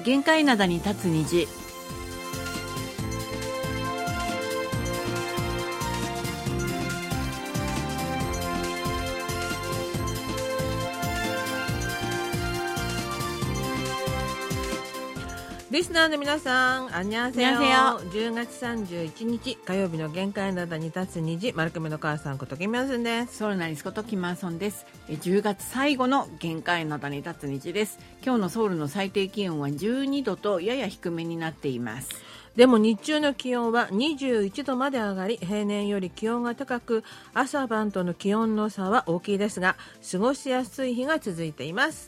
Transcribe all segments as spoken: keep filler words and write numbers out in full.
限界灘に立つ虹。 リスナーの皆さん、あんにゃんせよ。 あんにゃんせよ。 じゅうがつさんじゅういちにち火曜日の限界灘に立つ虹、丸亀の母さんことキミョンスンです。 ソウルナリスことキマーソンです。じゅうがつ最後の限界灘に立つ虹です。今日のソウルの最低気温はじゅうにどとやや低めになっています。 でも日中の気温はにじゅういちどまで上がり、平年より気温が高く、朝晩との気温の差は大きいですが、過ごしやすい日が続いています。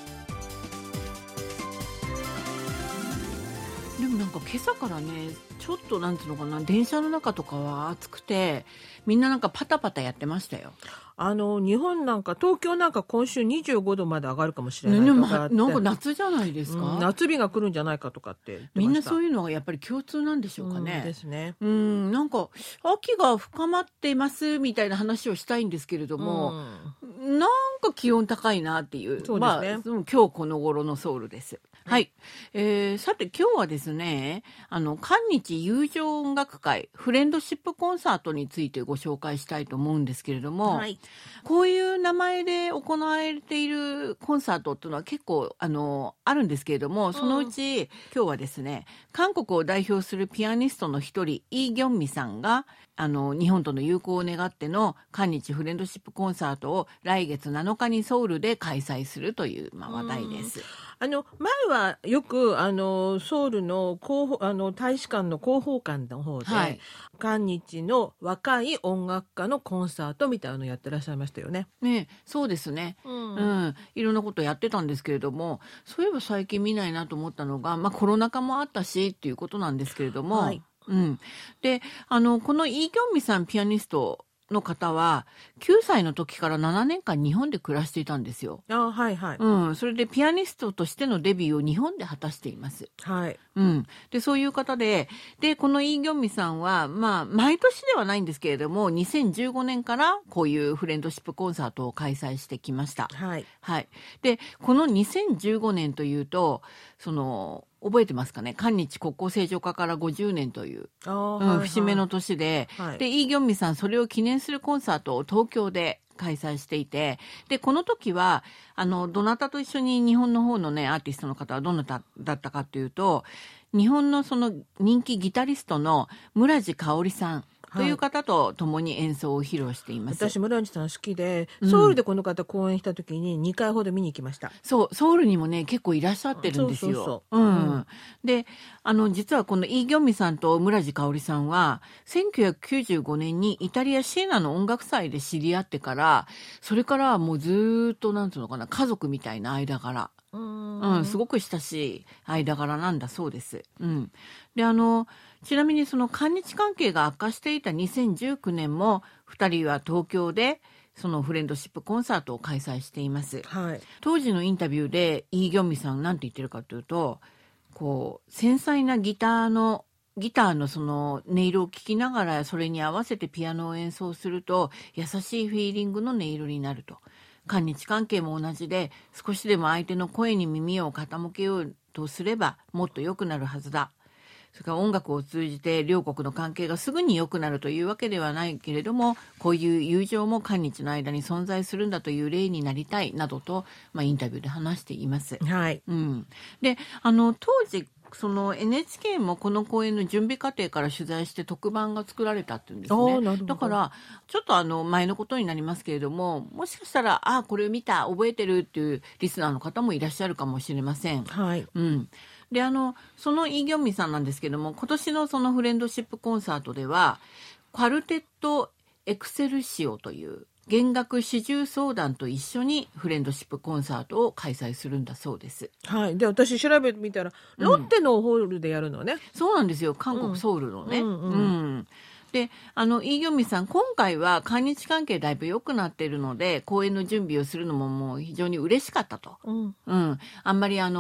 でもなんか今朝からね、ちょっとなんていうのかな、電車の中とかは暑くて、みんななんかパタパタやってましたよ。 あの日本なんか東京なんか今週にじゅうごどまで上がるかもしれないとかって、 ね、なんか夏じゃないですか、 うん、夏日が来るんじゃないかとかって言ってました。 みんなそういうのがやっぱり共通なんでしょうかね。 うん、ですね。 うん、なんか秋が深まっていますみたいな話をしたいんですけれども、うん、なんか気温高いなっていう。 そうですね。 まあ、今日この頃のソウルです。はい、えー、さて今日はですね、あの韓日友情音楽会フレンドシップコンサートについてご紹介したいと思うんですけれども、はい、こういう名前で行われているコンサートっていうのは結構あのあるんですけれども、そのうち、うん、今日はですね、韓国を代表するピアニストの一人イ・ギョンミさんがあの日本との友好を願っての韓日フレンドシップコンサートを来月なのかにソウルで開催するという、まあ、話題です。 あの前はよくあのソウルの広報あの大使館の広報館の方で、はい、韓日の若い音楽家のコンサートみたいなのやってらっしゃいましたよね。 ね、そうですね、うんうん、いろんなことやってたんですけれども、そういえば最近見ないなと思ったのが、まあ、コロナ禍もあったしっていうことなんですけれども、はい、うん、であのこのイ・ギョンミさんピアニストの方はきゅうさいの時からななねんかん日本で暮らしていたんですよ。 あ、はいはい、 うん、それでピアニストとしてのデビューを日本で果たしています。 はい、 うん、でそういう方で、でこのイ・ギョンミさんは、まあ、毎年ではないんですけれどもにせんじゅうごねんからこういうフレンドシップコンサートを開催してきました。 はいはい、でこのにせんじゅうごねんというと、その覚えてますかね、韓日国交正常化からごじゅうねんという、うん、はいはい、節目の年で、はい、でイ・ギョンミさんそれを記念するコンサートを東京で開催していて、でこの時はあのどなたと一緒に日本の方のねアーティストの方はどなただったかというと、日本のその人気ギタリストの村地香織さんという方と共に演奏を披露しています。 私村地さん好きで、ソウルでこの方公演した時ににかいほど見に行きました。 そう、ソウルにもね結構いらっしゃってるんですよ。そうそうそう、うんうん、であの実はこのイ・ギョンミさんと村地香織さんはせんきゅうひゃくきゅうじゅうごねんにイタリアシエナの音楽祭で知り合ってから、それからはもうずっとなんていうのかな、家族みたいな間柄、うん、うん、すごく親しい間柄なんだそうです。うん、であのちなみにその韓日関係が悪化していたにせんじゅうきゅうねんもふたりは東京でそのフレンドシップコンサートを開催しています。はい、当時のインタビューでイ・ギョンミさんなんて言ってるかというと、こう繊細なギターのギターのその音色を聴きながらそれに合わせてピアノを演奏すると優しいフィーリングの音色になると。韓日関係も同じで、少しでも相手の声に耳を傾けようとすればもっと良くなるはずだ。それから音楽を通じて両国の関係がすぐに良くなるというわけではないけれども、こういう友情も韓日の間に存在するんだという例になりたいなどと、まあ、インタビューで話しています。 はい、 うん、であの当時その エヌエイチケー もこの公演の準備過程から取材して特番が作られたっていうんですね。だからちょっとあの前のことになりますけれども、もしかしたらあこれを見た覚えてるっていうリスナーの方もいらっしゃるかもしれません。 はい、 うん、であのそのイ・ギョンミさんなんですけども、今年のそのフレンドシップコンサートではカルテットエクセルシオという弦楽四重奏団と一緒にフレンドシップコンサートを開催するんだそうです。 はい、で私調べてみたらロッテのホールでやるのね、うん、 そうなんですよ、韓国ソウルのね、うんうんうん、であのイ・ギョンミさん今回は韓日関係だいぶ良くなっているので公演の準備をするのももう非常に嬉しかったと、うんうん、あんまりあの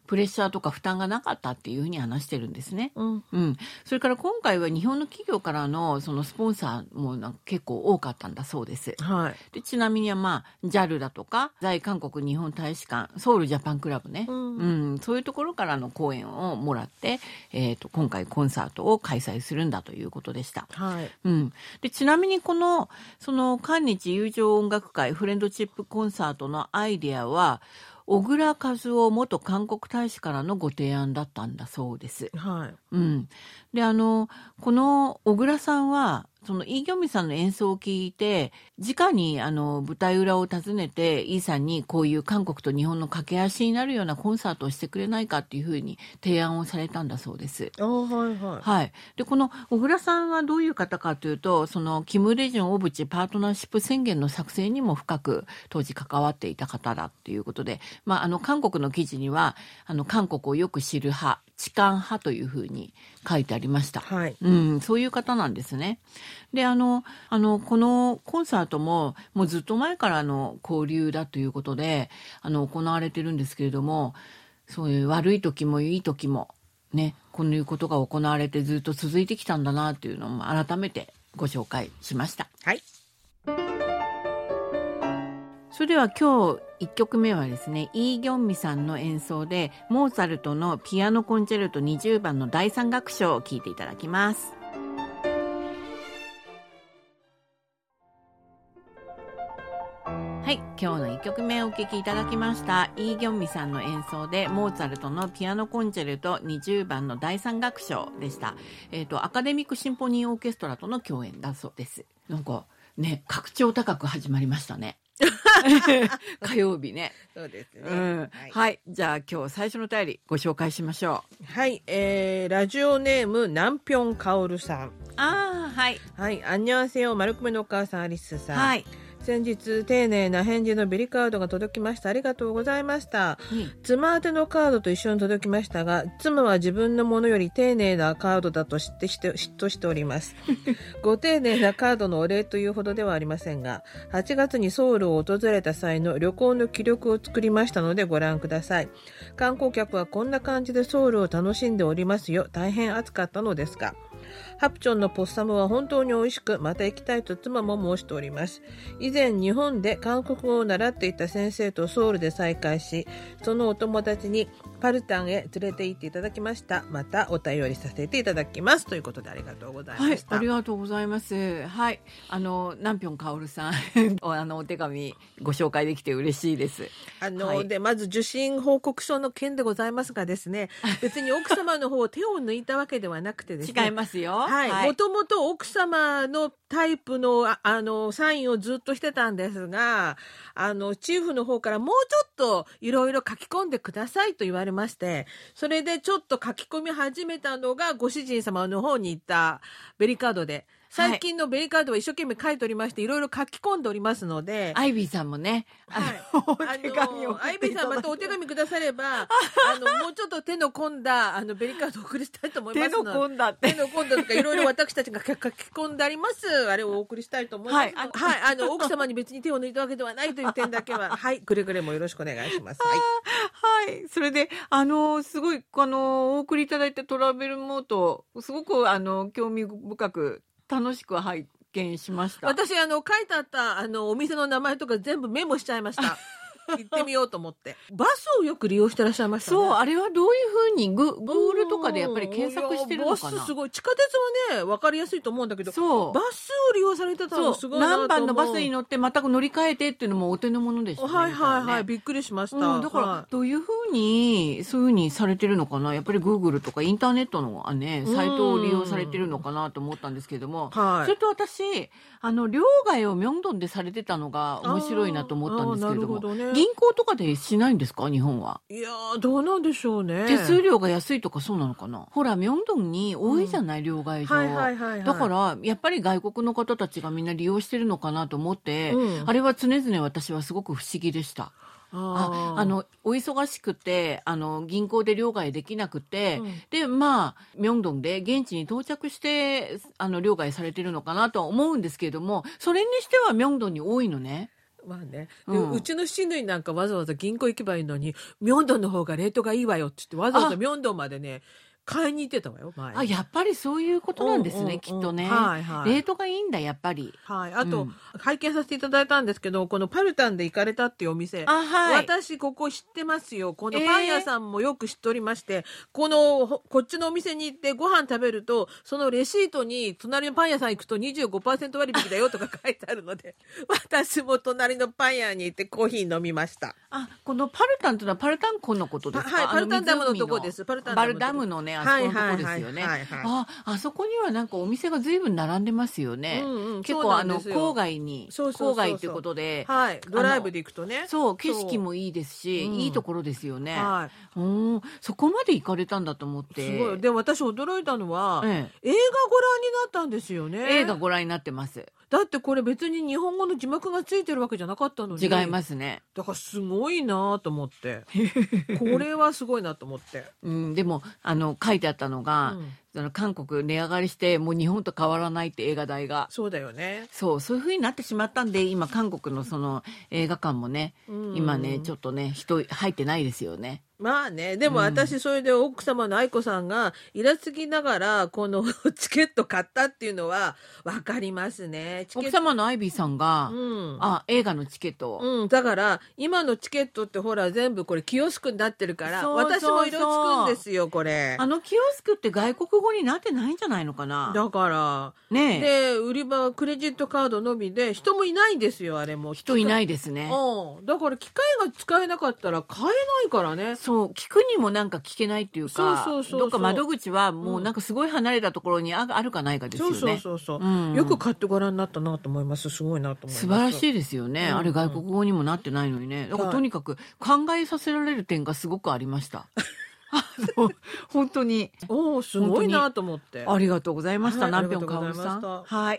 プレッシャーとか負担がなかったっていうふうに話してるんですね。 うんうん、それから今回は日本の企業からのそのスポンサーもなんか結構多かったんだそうです。 はい、 でちなみにはまあ ジャル だとか在韓国日本大使館ソウルジャパンクラブね、 うんうん、そういうところからの講演をもらって、えー、と今回コンサートを開催するんだということでした。 はいうん、でちなみにこのその韓日友情音楽会フレンドチップコンサートのアイデアは小倉和夫元韓国大使からのご提案だったんだそうです。 はいうん、であのこの小倉さんはそのイ・ギョンミさんの演奏を聞いて直にあの舞台裏を訪ねてイさんにこういう韓国と日本の架け橋になるようなコンサートをしてくれないかっていうふうに提案をされたんだそうです。 あはいはいはい、でこの小倉さんはどういう方かというとそのキム・レジョン・オブチパートナーシップ宣言の作成にも深く当時関わっていた方だっていうことで、まあ、あの韓国の記事にはあの韓国をよく知る派痴漢派というふうに書いてありました、 はいうん、そういう方なんですね。であのあのこのコンサートももうずっと前からの交流だということであの行われてるんですけれどもそういう悪い時もいい時もね、こういうことが行われてずっと続いてきたんだなというのも改めてご紹介しました。 はい。 それでは今日いっきょくめはですねイ・ギョンミさんの演奏でモーツァルトのピアノコンチェルトにじゅうばんのだいさん楽章を聴いていただきます。はい、今日のいっきょくめをお聴きいただきましたイ・ギョンミさんの演奏でモーツァルトのピアノコンチェルトにじゅうばんのだいさん楽章でした。えーと、アカデミックシンフォニーオーケストラとの共演だそうです。なんかね格調高く始まりましたね火曜日ね。 そうですね、 うんはい、 はい、じゃあ今日最初のお便りご紹介しましょう。 はい、えー、ラジオネームナンピョンカオルさん。 あーはいはい、あんにゃんせよ丸くめのお母さんアリスさん。 はい、 先日丁寧な返事のベリカードが届きました。ありがとうございました、 うん、 妻宛てのカードと一緒に届きましたが妻は自分のものより丁寧なカードだと知ってして嫉妬しておりますご丁寧なカードのお礼というほどではありませんがはちがつにソウルを訪れた際の旅行の記録を作りましたのでご覧ください。観光客はこんな感じでソウルを楽しんでおりますよ。大変暑かったのですがハプチョンのポッサムは本当に美味しくまた行きたいと妻も申しております。以前日本で韓国語を習っていた先生とソウルで再会しそのお友達にパルタンへ連れて行っていただきました。またお便りさせていただきますということでありがとうございました。 はい、ありがとうございます。はい、あのナンピョンカオルさんあのお手紙ご紹介できて嬉しいです。 あの、 はい、 でまず受信報告書の件でございますがですね別に奥様の方手を抜いたわけではなくてですね違いますよ。 はい、もともと奥様のタイプの あ, あのサインをずっとしてたんですがあのチーフの方からもうちょっといろいろ書き込んでくださいと言われましてそれでちょっと書き込み始めたのがご主人様の方に行ったベリカードで最近のベリカードは一生懸命書いておりましていろいろ書き込んでおりますのでアイビーさんもね、 はい、 お手紙を送アイビーさんまたお手紙くださればあのもうちょっと手の込んだあのベリカードを送りしたいと思いますので手の込んだって手の込んだとかいろいろ私たちが書き込んでありますあれをお送りしたいと思います。はい、あはい、あの奥様に別に手を抜いたわけではないという点だけははいくれぐれもよろしくお願いします。 はい、はい、それであのすごいあのお送りいただいたトラベルモードすごくあの興味深く楽しく拝見しました。 私あの書いてあったあのお店の名前とか全部メモしちゃいました行ってみようと思ってバスをよく利用してらっしゃいましたね。 そうあれはどういうふうにグーグルとかでやっぱり検索してるのかな。 バスすごい地下鉄はね分かりやすいと思うんだけどそうバスを利用されてたのすごいなと思う。 何番のバスに乗ってまた乗り換えてっていうのもお手の物でしたね。 はいはいはい、ね、びっくりしました、 うん、だから、はい、どういうふうにそういうふうにされてるのかな。やっぱりグーグルとかインターネットの、ね、サイトを利用されてるのかなと思ったんですけども、はい、それと私あの両替をミョンドンでされてたのが面白いなと思ったんですけれども、ど、ね、銀行とかでしないんですか日本は。 いやどうなんでしょうね。 手数料が安いとかそうなのかな。ほらミョンドンに多いじゃない、うん、両替所、はいはいはいはい、だからやっぱり外国の方たちがみんな利用してるのかなと思って、うん、あれは常々私はすごく不思議でした。ああのお忙しくてあの銀行で両替できなくて、うん、でまあミョンドンで現地に到着してあの両替されてるのかなとは思うんですけれどもそれにしてはミョンドンに多いのね。 まあね、 うでうんうちの親類なんかわざわざ銀行行けばいいのに、ミョンドンの方がレートがいいわよって言ってわざわざミョンドンまでね買いに行ってたわよ前。 あ、やっぱりそういうことなんですね、 うんうんうんきっとね、 はいはい、 レートがいいんだやっぱり。 はい、あと、 うん、 拝見させていただいたんですけど、このパルタンで行かれたっていうお店、 あ、はい、 私ここ知ってますよ。このパン屋さんもよく知っておりまして、えー、このこっちのお店に行ってご飯食べると、そのレシートに隣のパン屋さん行くと にじゅうごパーセント 割引だよとか書いてあるので私も隣のパン屋に行ってコーヒー飲みました。 あ、このパルタンというのはパルタン湖のことですか？ はい、パルタンダムのとこです。 パルタンダムのバルダムのね、あそこのとこですよね。あ、あそこにはなんかお店が随分並んでますよね。うんうん、結構あの郊外に、そうそうそうそう、郊外っていうことで、 はい、ドライブで行くとね、 そう景色もいいですし、うん、いいところですよね。はい、うん、そこまで行かれたんだと思って。 すごい。で私驚いたのは、ええ、映画ご覧になったんですよね。 映画ご覧になってます。 だってこれ別に日本語の字幕がついてるわけじゃなかったのに。 違いますね。 だからすごいなと思ってこれはすごいなと思って、 うん、でもあの書いてあったのが、うん、その韓国値上がりしてもう日本と変わらないって映画代が。 そうだよね。 そうそういう風になってしまったんで、今韓国のその映画館もね、うん、今ねちょっとね人入ってないですよね。 まあね、でも私それで奥様の愛子さんがイラつきながらこのチケット買ったっていうのは分かりますね。 奥様のアイビーさんが、うん、あ、映画のチケット、 うん、だから今のチケットってほら全部これキオスクになってるから、そうそうそう、私も色つくんですよこれ。 あのキオスクって外国語になってないんじゃないのかな。 だからね、で売り場はクレジットカードのみで人もいないんですよ。あれも人いないですね。 うん、だから機械が使えなかったら買えないからね。 そう、聞くにもなんか聞けないっていうか、そうそうそうそう、どっか窓口はもうなんかすごい離れたところにあるかないかですよね。 そうそうそうそう、うん、よく買ってご覧になったなと思います。すごいなと思います。 素晴らしいですよね、うんうん、あれ外国語にもなってないのにね。だからとにかく考えさせられる点がすごくありました本当におー、すごいなと思って。 ありがとうございました、はい、ナンピョンカオルさん。はい、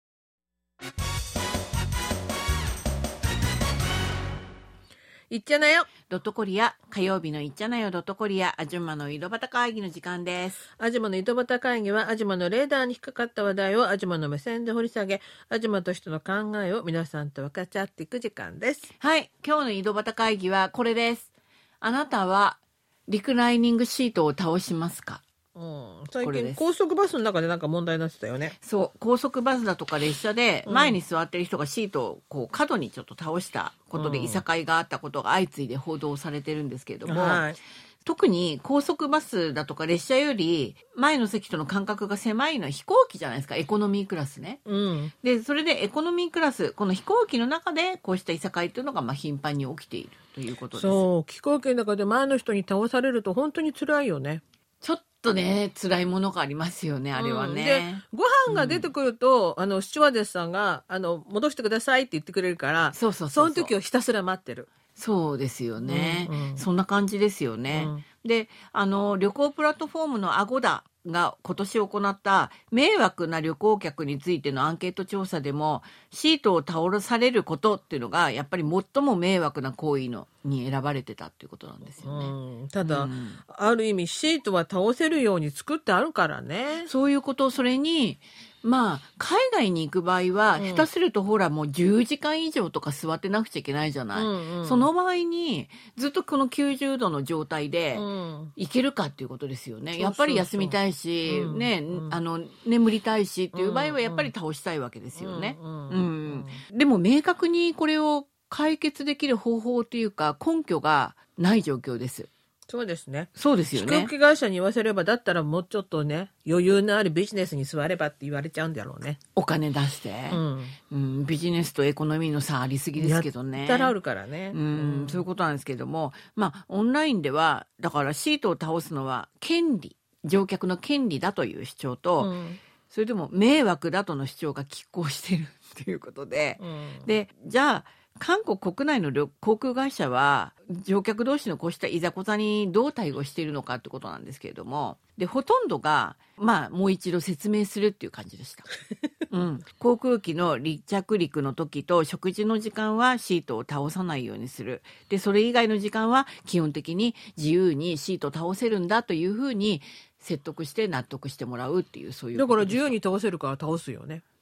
いっちゃなよドットコリア、火曜日のいっちゃなよドットコリア、アジュマの井戸端会議の時間です。 アジュマの井戸端会議はアジュマのレーダーに引っかかった話題をアジュマの目線で掘り下げ、アジュマとしての考えを皆さんと分かち合っていく時間です。 はい、今日の井戸端会議はこれです。あなたはリクライニングシートを倒しますか？ うん、最近高速バスの中でなんか問題になってたよね。 そう、高速バスだとか列車で前に座ってる人がシートをこう角にちょっと倒したことでいさかいがあったことが相次いで報道されてるんですけれども、はい、特に高速バスだとか列車より前の席との間隔が狭いのは飛行機じゃないですか。エコノミークラスね、うん、でそれでエコノミークラス、この飛行機の中でこうしたいさかいというのがまあ頻繁に起きているということです。 そう、飛行機の中で前の人に倒されると本当に辛いよね。 ちょっとね辛いものがありますよね、あれはね、うん、 でご飯が出てくると、うん、あのスチュワーデスさんがあの戻してくださいって言ってくれるから、そうそうそうそう、その時をひたすら待ってる。 そうですよね、うんうん、そんな感じですよね、うん、であの旅行プラットフォームのアゴダが今年行った迷惑な旅行客についてのアンケート調査でも、シートを倒されることっていうのがやっぱり最も迷惑な行為のに選ばれてたっていうことなんですよね、 うん、ただ、うん、ある意味シートは倒せるように作ってあるからね。 そういうこと。それにまあ海外に行く場合は、うん、下手するとほらもうじゅうじかん以上とか座ってなくちゃいけないじゃない、うんうん、その場合にずっとこのきゅうじゅうどの状態で行けるかっていうことですよね、うん、やっぱり休みたいし、うん、ね、うん、あの眠りたいしっていう場合はやっぱり倒したいわけですよね、うんうんうんうん、でも明確にこれを解決できる方法というか根拠がない状況です。 そうですね。 そうですよね。 飛行機会社に言わせれば、だったらもうちょっとね余裕のあるビジネスに座ればって言われちゃうんだろうね。 お金出して、うんうん、ビジネスとエコノミーの差ありすぎですけどね。 やったらあるからね、 うんうん、そういうことなんですけども、まあオンラインではだからシートを倒すのは権利、乗客の権利だという主張と、うん、それでも迷惑だとの主張が拮抗しているということで、うん、でじゃあ韓国国内の航空会社は乗客同士のこうしたいざこざにどう対応しているのかってことなんですけれども、でほとんどがまあもう一度説明するっていう感じでした、うん、航空機の離着陸の時と食事の時間はシートを倒さないようにする。でそれ以外の時間は基本的に自由にシートを倒せるんだというふうに説得して納得してもらうっていう、そういうだから自由に倒せるから倒すよね。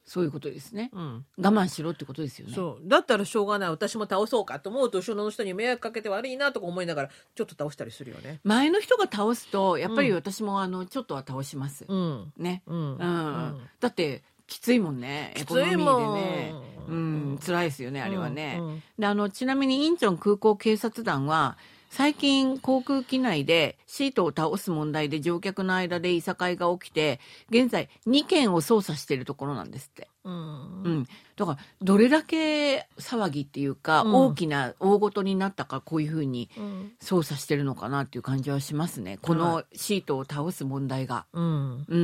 そういうことですね、 うん、 我慢しろってことですよね。 そうだったらしょうがない、私も倒そうかと思うと後ろの人に迷惑かけて悪いなとか思いながらちょっと倒したりするよね。 前の人が倒すとやっぱり私もあのちょっとは倒します、 うん、 ね、 うんうんうん、だってきついもんね、 きついもんね、うん、辛いですよねあれはね、 うんうん、 であのちなみにインチョン空港警察団は最近航空機内でシートを倒す問題で乗客の間でいさかいが起きて現在にけんを捜査しているところなんですって、うんうん、だからどれだけ騒ぎっていうか、うん、大きな大ごとになったかこういうふうに捜査してるのかなっていう感じはしますね、うん、このシートを倒す問題が、うんうんうん、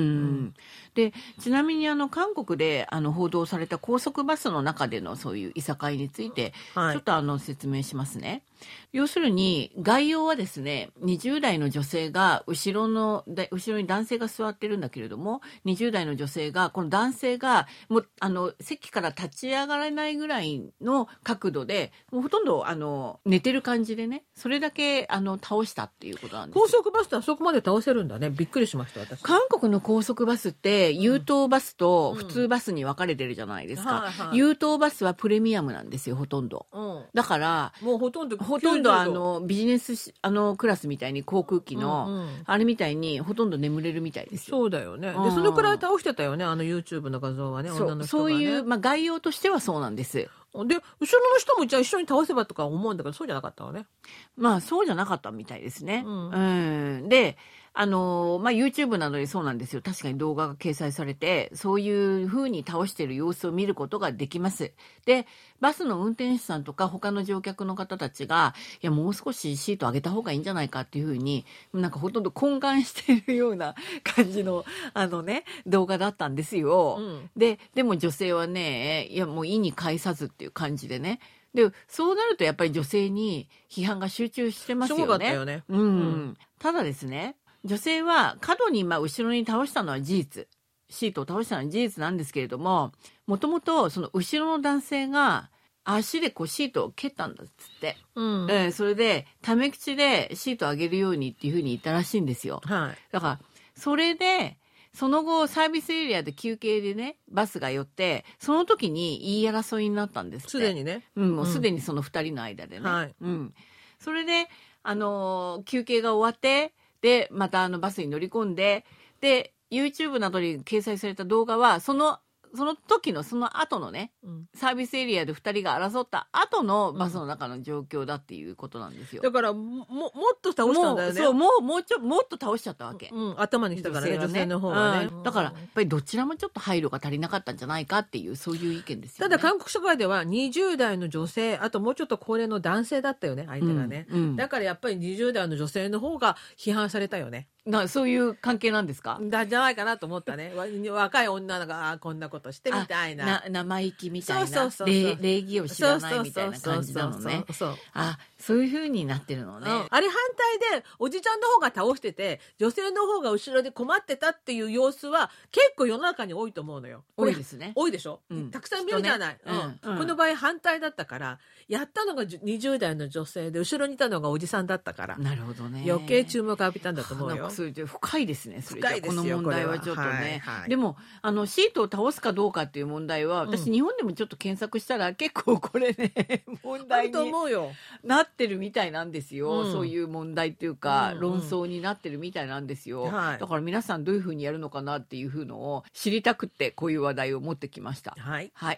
でちなみにあの韓国であの報道された高速バスの中でのそういういさかいについてちょっとあの説明しますね、はい、要するに概要はですね、にじゅうだいの女性が後ろの後ろに男性が座ってるんだけれども、にじゅうだいの女性がこの男性がもうあの席から立ち上がれないぐらいの角度でもうほとんどあの寝てる感じでね、それだけあの倒したっていうことなんです。 高速バスってあそこまで倒せるんだね、びっくりしました私。 韓国の高速バスって優等バスと普通バスに分かれてるじゃないですか、うんはいはい、優等バスはプレミアムなんですよほとんど、うん、だからもうほとんどほとんどあのビジネスあのクラスみたいに航空機の、うんうん、あれみたいにほとんど眠れるみたいですよ。 そうだよね、でそのくらい倒してたよねあの YouTube の画像はね、 そう女の人がね、 そういう、まあ、概要としてはそうなんです。 で後ろの人もじゃあ一緒に倒せばとか思うんだけどそうじゃなかったわね。 まあそうじゃなかったみたいですね、うんうん、であのまあ、YouTube などにそうなんですよ、確かに動画が掲載されてそういう風に倒している様子を見ることができます。でバスの運転手さんとか他の乗客の方たちがいやもう少しシート上げた方がいいんじゃないかっていう風になんかほとんど懇願しているような感じのあのね動画だったんですよ、うん、ででも女性はねいやもう意に介さずっていう感じでね、でそうなるとやっぱり女性に批判が集中してますよね。 そうだったよね、 うんうん、ただですね女性は過度にまあ後ろに倒したのは事実、シートを倒したのは事実なんですけれども、もともとその後ろの男性が足でこうシートを蹴ったんだっつって、うんえー、それでため口でシートを上げるようにっていうふうに言ったらしいんですよ、はい、だからそれでその後サービスエリアで休憩でねバスが寄ってその時に言い争いになったんですって。 すでにね、 うん、もうすでにそのふたりの間でね、はいうん、それで、あのー、休憩が終わってでまたあのバスに乗り込んでで YouTube などに掲載された動画はそのその時のその後のね、うん、サービスエリアでふたりが争った後のバスの中の状況だっていうことなんですよ。 だからももっと倒したんだよね。 もうそうもうもうちょもっと倒しちゃったわけ、 うん、頭にしたからね女性の方はね、 うん、だからやっぱりどちらもちょっと配慮が足りなかったんじゃないかっていうそういう意見ですよね。 ただ韓国社会ではにじゅうだいの女性あともうちょっと高齢の男性だったよね相手がね、うんうん、だからやっぱりにじゅうだいの女性の方が批判されたよね。 なそういう関係なんですか？ だじゃないかなと思ったね若い女の子がこんなことしてみたいなな生意気みたいなそうそうそうそう礼儀を知らないみたいな感じなのね。あそういう風になってるのね、うん、 あれ反対でおじちゃんの方が倒してて女性の方が後ろで困ってたっていう様子は結構世の中に多いと思うのよ。 多いですね。 多いでしょ、うん、たくさん見るじゃない、ねうんうん、この場合反対だったからやったのがにじゅうだいの女性で後ろにいたのがおじさんだったからなるほどね余計注目を浴びたんだと思うよ。 それ深いですねそれじゃ深いですよこの問題はちょっとね、 はいはい、 でもあのシートを倒すかどうかっていう問題は私、うん、日本でもちょっと検索したら結構これね問題になってるみたいなんですよ、うん、そういう問題っていうか、うんうん、論争になってるみたいなんですよ、はい、だから皆さんどういうふうにやるのかなっていうふうのを知りたくてこういう話題を持ってきました。 はい、 はい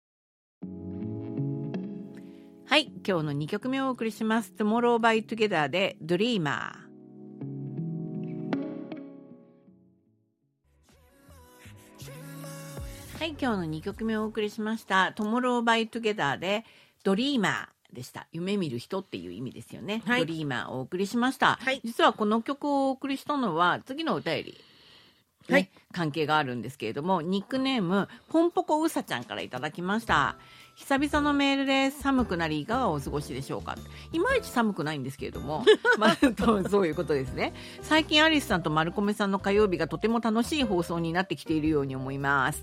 はい、今日のにきょくめをお送りします。Tomorrow by Together で Dreamer。 はい、今日のにきょくめをお送りしました。Tomorrow by Together で Dreamer でした。夢見る人っていう意味ですよね、はい、Dreamer をお送りしました、はい、実はこの曲をお送りしたのは次のお便りね、はい、関係があるんですけれどもニックネームポンポコウサちゃんからいただきました。久々のメールです。寒くなりいかがお過ごしでしょうか。いまいち寒くないんですけれどもまあとそういうことですね。最近アリスさんとマルコメさんの火曜日がとても楽しい放送になってきているように思います。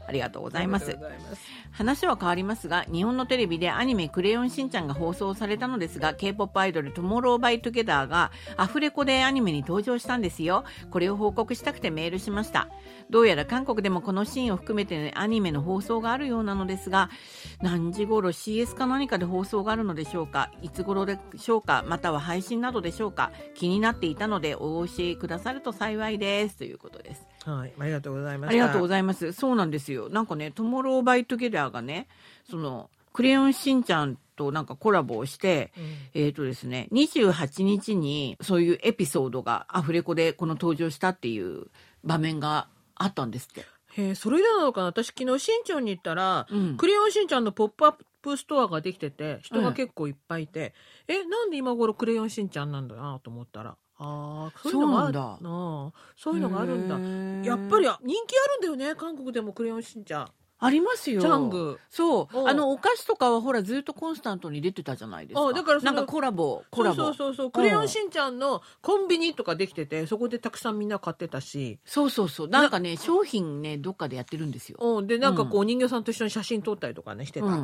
ありがとうございます。 ありがとうございます。 話は変わりますが、日本のテレビでアニメクレヨンしんちゃんが放送されたのですが、 K-ポップ アイドルトゥモローバイトゥゲダーがアフレコでアニメに登場したんですよ。これを報告したくてメールしました。どうやら韓国でもこのシーンを含めて、ね、アニメの放送があるようなのですが、何時頃 シーエス か何かで放送があるのでしょうか、いつ頃でしょうか、または配信などでしょうか、気になっていたのでお教えくださると幸いです、ということです。 はい、ありがとうございました。 ありがとうございます。そうなんですよ。なんかね、トゥモローバイトゥゲダーがね、そのクレヨンしんちゃんとなんかコラボをして、うん、えっとですね、にじゅうはちにちにそういうエピソードがアフレコでこの登場したっていう場面があったんですって。 へえ、それなのかな。私昨日しんちゃんに行ったら、うん、クレヨンしんちゃんのポップアップストアができてて、人が結構いっぱいいて、うん、え、なんで今頃クレヨンしんちゃんなんだなと思ったら、ああ、そういうのがあるんだ。そういうのがあるんだ。やっぱり人気あるんだよね、韓国でもクレヨンしんちゃん。 ありますよ。 ジャング。 そう。あの、お菓子とかはほら、ずっとコンスタントに出てたじゃないですか。 だからなんかコラボ、コラボ。 そうそうそう。クレヨンしんちゃんのコンビニとかできてて、そこでたくさんみんな買ってたし。 そうそうそう。なんかね、商品ね、どっかでやってるんですよ。 で、なんかこう、お人形さんと一緒に写真撮ったりとかね、してた。うん。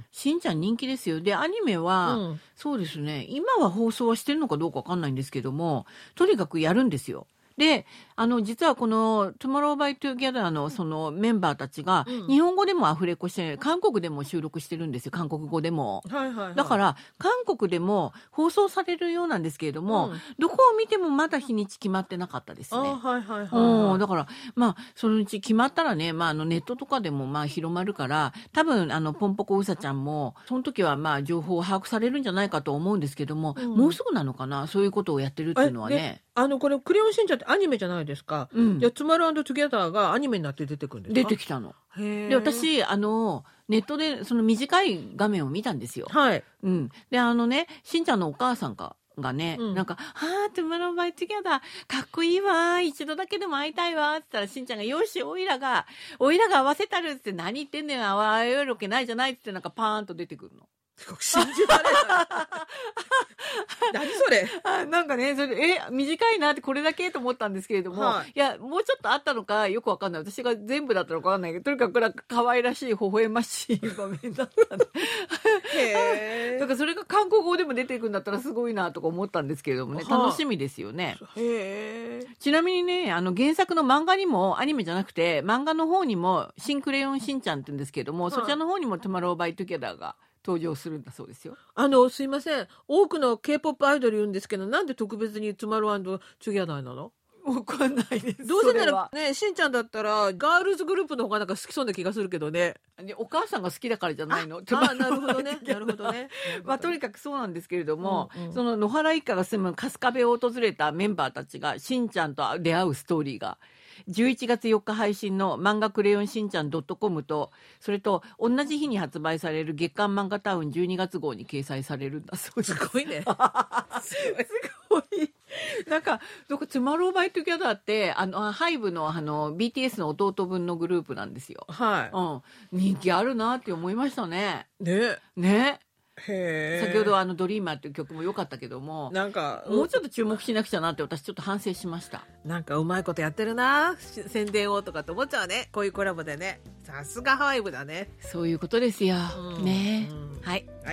しんちゃん人気ですよ。で、アニメは、うん、そうですね、今は放送はしてるのかどうかわかんないんですけども、とにかくやるんですよ。で、あの、実はこの Tomorrow by Together のそのメンバーたちが、日本語でもアフレコして、韓国でも収録してるんですよ、韓国語でも。 はいはいはい、 だから、韓国でも放送されるようなんですけれども、うん、どこを見てもまだ日にち決まってなかったですね。 あ、はいはいはい、 はい。だから、まあ、そのうち決まったらね、まあ、あの、ネットとかでもまあ広まるから、多分、あの、ポンポコうさちゃんも、その時はまあ、情報を把握されるんじゃないかと思うんですけども、うん、もうすぐなのかな、そういうことをやってるっていうのはね。 あの、これ、クレヨンしんちゃんってアニメじゃないですか。うん。じゃあ、ツマル&トゥギャザーがアニメになって出てくるんですか？ 出てきたの。へで、私、あの、ネットでその短い画面を見たんですよ。 はい。 うん。で、あのね、しんちゃんのお母さんか。がね、うん、なんか、はあ、トゥモローバイトゥギャザー、かっこいいわ、一度だけでも会いたいわ、って言ったら、しんちゃんが、よし、おいらが、おいらが合わせたるって、何言ってんねん、会えるわけないじゃないって、なんかパーンと出てくるの。 信じられない。何それあ、なんかね、それ、え、短いなってこれだけと思ったんですけれども、はい、いや、もうちょっとあったのかよくわかんない。私が全部だったのかわかんないけど、とにかくなんか可愛らしい、微笑ましい場面だったんで。へー。だからそれが韓国語でも出ていくんだったらすごいなとか思ったんですけれどもね、楽しみですよね。 へー。 ちなみにね、あの原作の漫画にも、アニメじゃなくて、漫画の方にも、新クレヨンしんちゃんって言うんですけれども、はい、そちらの方にもトゥモローバイトゥギャザーが登場するんだそうですよ。 あの、すいません。多くの K-ポップ アイドル言うんですけど、なんで特別にトゥモロー&トゥギャザーなの？ わかんないです。 どうせならね、しんちゃんだったら、ガールズグループの方がなんか好きそうな気がするけどね。 で、お母さんが好きだからじゃないの？ ああ、なるほどね。なるほどね。 まあ、とにかくそうなんですけれども、うんうん、その野原一家が住む春日部を訪れたメンバーたちが、しんちゃんと出会うストーリーが、じゅういちがつよっか配信の漫画クレヨンしんちゃん .com と、それと同じ日に発売される月刊漫画タウンじゅうにがつ号に掲載されるんだそうです。 すごいね。 すごい。なんか、どこ、トゥモローバイトゥギャザーって、あの、ハイブの、あの、ビーティーエス の弟分のグループなんですよ。 はい。 うん。人気あるなって思いましたね。 ね。 ね。 へ先ほどあのドリーマーっていう曲も良かったけども、 なんかもうちょっと注目しなくちゃなって私ちょっと反省しました。 なんかうまいことやってるな、宣伝をとかって思っちゃうね、こういうコラボでね。さすがハイブだね。 そういうことですよ、うん、ね、うん、はい、 はい、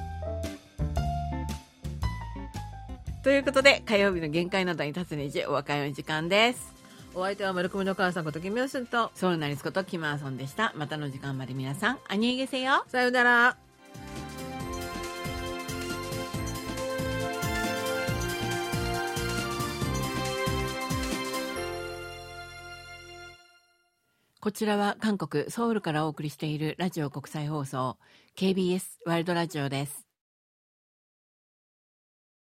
ということで火曜日の限界などに立つねじお別れの時間です。 お相手は丸組の母さんことキムヨスンとソウルナリスことキムアソンでした。またの時間まで皆さんアニエゲセよ。 さようなら。 こちらは韓国ソウルからお送りしているラジオ国際放送 ケービーエス ワールドラジオです。